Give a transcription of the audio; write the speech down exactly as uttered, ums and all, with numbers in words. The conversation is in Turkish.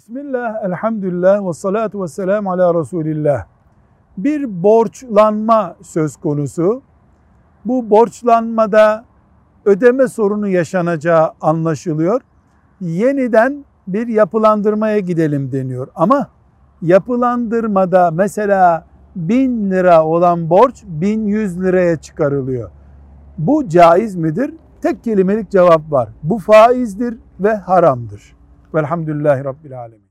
Bismillah, elhamdülillah ve salatu ve selamu ala Resulillah. Bir borçlanma söz konusu. Bu borçlanmada ödeme sorunu yaşanacağı anlaşılıyor. Yeniden bir yapılandırmaya gidelim deniyor. Ama yapılandırmada mesela bin lira olan borç bin yüz liraya çıkarılıyor. Bu caiz midir? Tek kelimelik cevap var. Bu faizdir ve haramdır. Velhamdülillahi Rabbil Alemin.